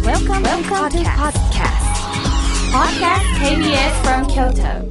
Welcome to podcast. Podcast KBS from Kyoto.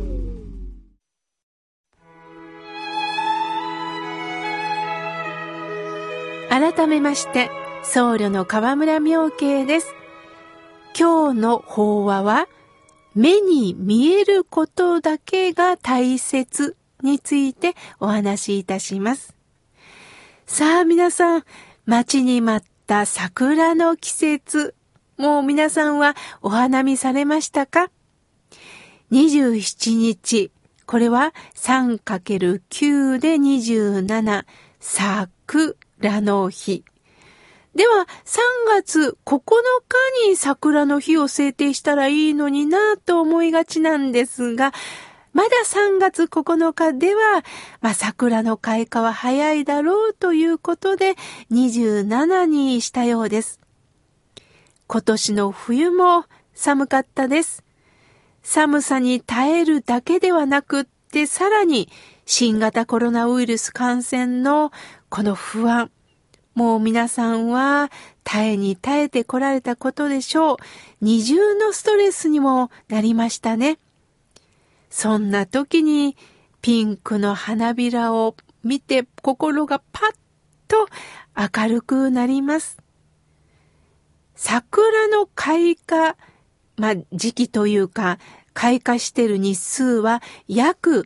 改めまして僧侶の河村妙慶です。今日の法話は目に見えることだけが大切についてお話しいたします。さあ皆さん、待ちに待った桜の季節、もう皆さんはお花見されましたか？27日、これは 3×9 で27、桜の日。では、3月9日に桜の日を制定したらいいのになと思いがちなんですが、まだ3月9日では、桜の開花は早いだろうということで27にしたようです。今年の冬も寒かったです。寒さに耐えるだけではなくって、さらに新型コロナウイルス感染のこの不安、もう皆さんは耐えに耐えてこられたことでしょう。二重のストレスにもなりましたね。そんな時にピンクの花びらを見て心がパッと明るくなります。桜の開花、時期というか開花している日数は約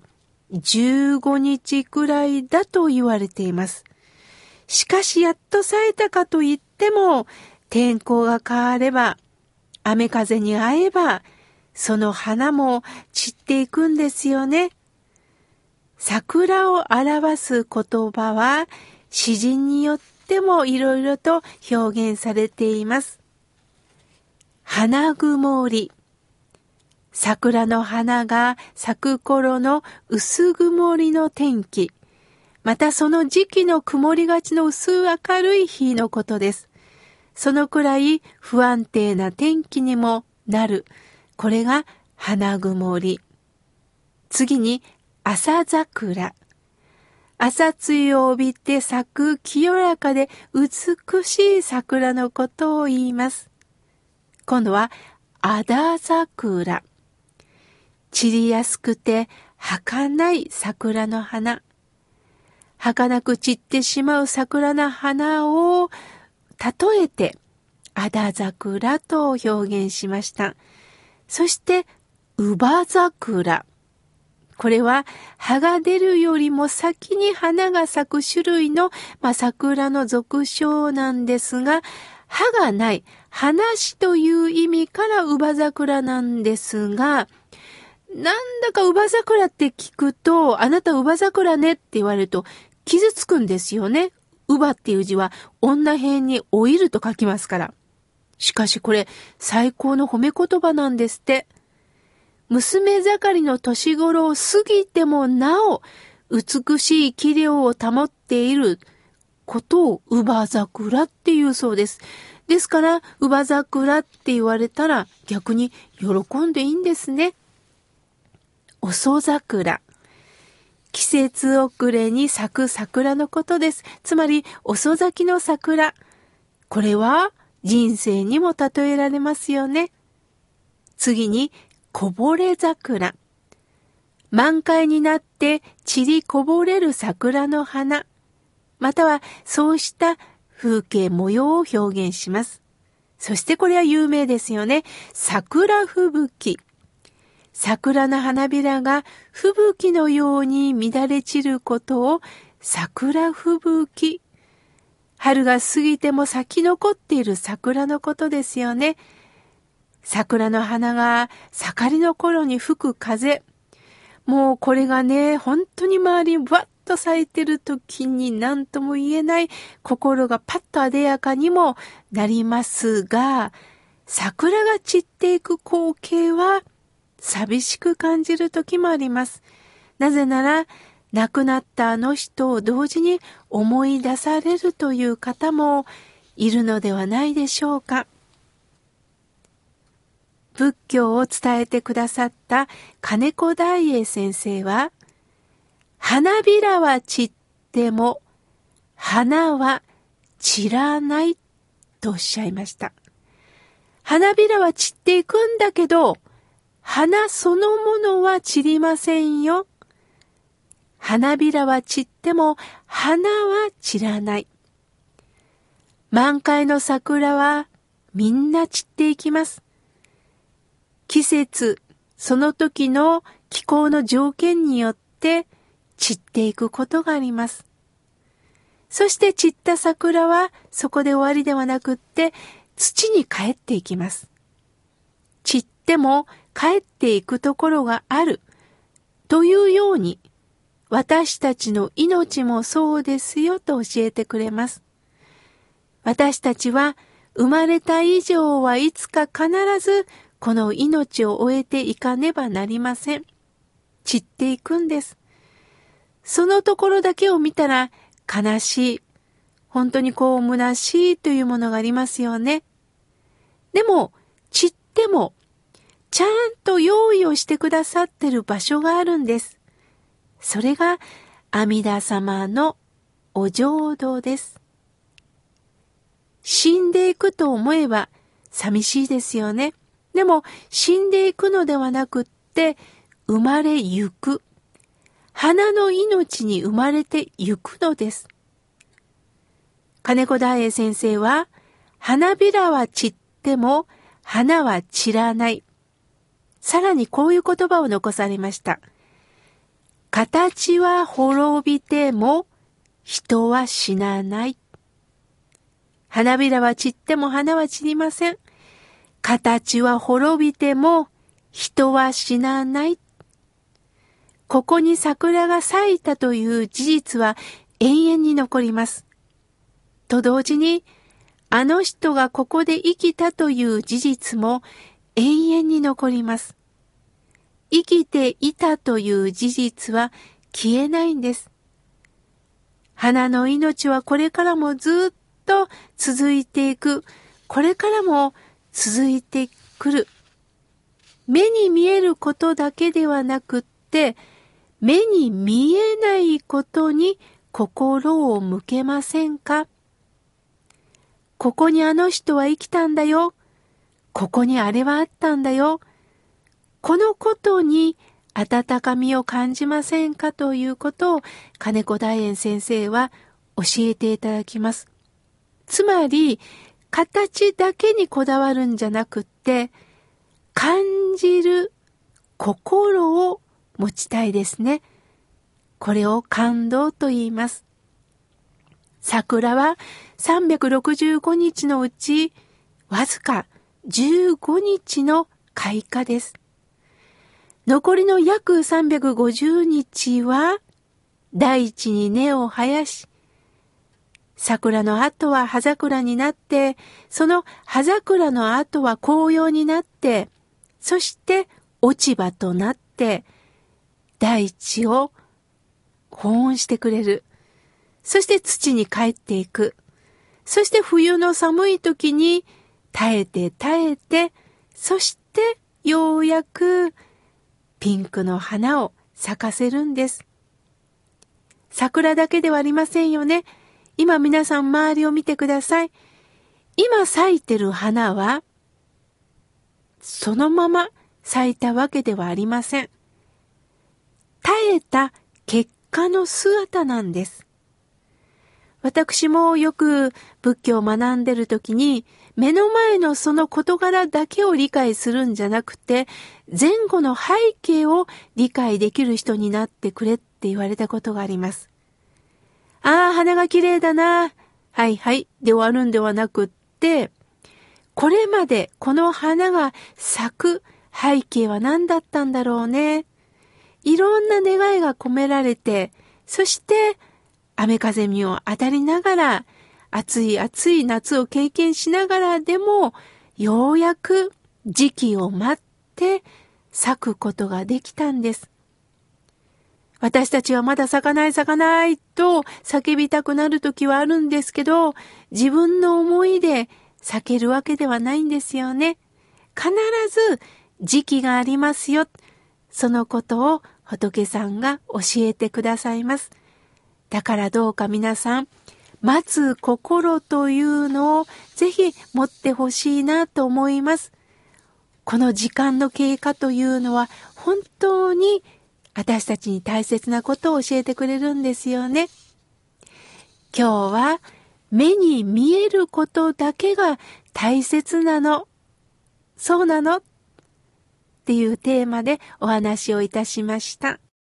15日くらいだと言われています。しかしやっと咲いたかといっても、天候が変われば、雨風に遭えば、その花も散っていくんですよね。桜を表す言葉は、詩人によってもいろいろと表現されています。花曇り。桜の花が咲く頃の薄曇りの天気。またその時期の曇りがちの薄明るい日のことです。そのくらい不安定な天気にもなる。これが花曇り。次に朝桜。朝露を帯びて咲く清らかで美しい桜のことを言います。今度はあだ桜。散りやすくて儚い桜の花。儚く散ってしまう桜の花を例えて、あだ桜と表現しました。そして、乳母桜。これは、葉が出るよりも先に花が咲く種類の、桜の俗称なんですが、葉がない、花しという意味から乳母桜なんですが、なんだか乳母桜って聞くと、あなた乳母桜ねって言われると、傷つくんですよね。乳母っていう字は女偏に老いると書きますから。しかしこれ最高の褒め言葉なんですって。娘盛りの年頃を過ぎてもなお美しい器量を保っていることを乳母桜っていうそうです。ですから乳母桜って言われたら逆に喜んでいいんですね。遅桜。季節遅れに咲く桜のことです。つまり遅咲きの桜。これは人生にも例えられますよね。次にこぼれ桜。満開になって散りこぼれる桜の花。またはそうした風景模様を表現します。そしてこれは有名ですよね。桜吹雪。桜の花びらが吹雪のように乱れ散ることを桜吹雪。春が過ぎても咲き残っている桜のことですよね。桜の花が盛りの頃に吹く風。もうこれがね、本当に周りにバッと咲いてる時に何とも言えない心がパッと艶やかにもなりますが、桜が散っていく光景は寂しく感じる時もあります。なぜなら、亡くなったあの人を同時に思い出されるという方もいるのではないでしょうか。仏教を伝えてくださった金子大英先生は、花びらは散っても花は散らないとおっしゃいました。 花びらは散っていくんだけど、花そのものは散りませんよ。花びらは散っても花は散らない。満開の桜はみんな散っていきます。季節、その時の気候の条件によって散っていくことがあります。そして散った桜はそこで終わりではなくって土に帰っていきます。散っても帰っていくところがあるというように、私たちの命もそうですよと教えてくれます。私たちは生まれた以上はいつか必ずこの命を終えていかねばなりません。散っていくんです。そのところだけを見たら悲しい、本当に虚しいというものがありますよね。でも散ってもちゃんと用意をしてくださってる場所があるんです。それが阿弥陀様のお浄土です。死んでいくと思えば寂しいですよね。でも死んでいくのではなくって生まれゆく。花の命に生まれてゆくのです。金子大栄先生は、花びらは散っても花は散らない。さらにこういう言葉を残されました。形は滅びても人は死なない。花びらは散っても花は散りません。形は滅びても人は死なない。ここに桜が咲いたという事実は永遠に残ります。と同時に、あの人がここで生きたという事実も永遠に残ります。生きていたという事実は消えないんです。花の命はこれからもずっと続いていく。これからも続いてくる。目に見えることだけではなくって、目に見えないことに心を向けませんか？ここにあの人は生きたんだよ。ここにあれはあったんだよ。このことに温かみを感じませんかということを金子大円先生は教えていただきます。つまり、形だけにこだわるんじゃなくって、感じる心を持ちたいですね。これを感動と言います。桜は365日のうちわずか15日の開花です。残りの約350日は大地に根を生やし、桜の後は葉桜になって、その葉桜の後は紅葉になって、そして落ち葉となって、大地を保温してくれる。そして土に帰っていく。そして冬の寒い時に耐えて耐えて、そしてようやくピンクの花を咲かせるんです。桜だけではありませんよね。今皆さん周りを見てください。今咲いてる花はそのまま咲いたわけではありません。耐えた結果の姿なんです。私もよく仏教を学んでるときに、目の前のその事柄だけを理解するんじゃなくて、前後の背景を理解できる人になってくれって言われたことがあります。ああ、花が綺麗だな。はいはい。で終わるんではなくって、これまでこの花が咲く背景は何だったんだろうね。いろんな願いが込められて、そして雨風にも当たりながら、暑い暑い夏を経験しながらでも、ようやく時期を待って咲くことができたんです。私たちはまだ咲かない咲かないと叫びたくなる時はあるんですけど、自分の思いで咲けるわけではないんですよね。必ず時期がありますよ。そのことを仏さんが教えてくださいます。だからどうか皆さん、 待つ心というのをぜひ持ってほしいなと思います。この時間の経過というのは本当に私たちに大切なことを教えてくれるんですよね。今日は目に見えることだけが大切なの。そうなのっていうテーマでお話をいたしました。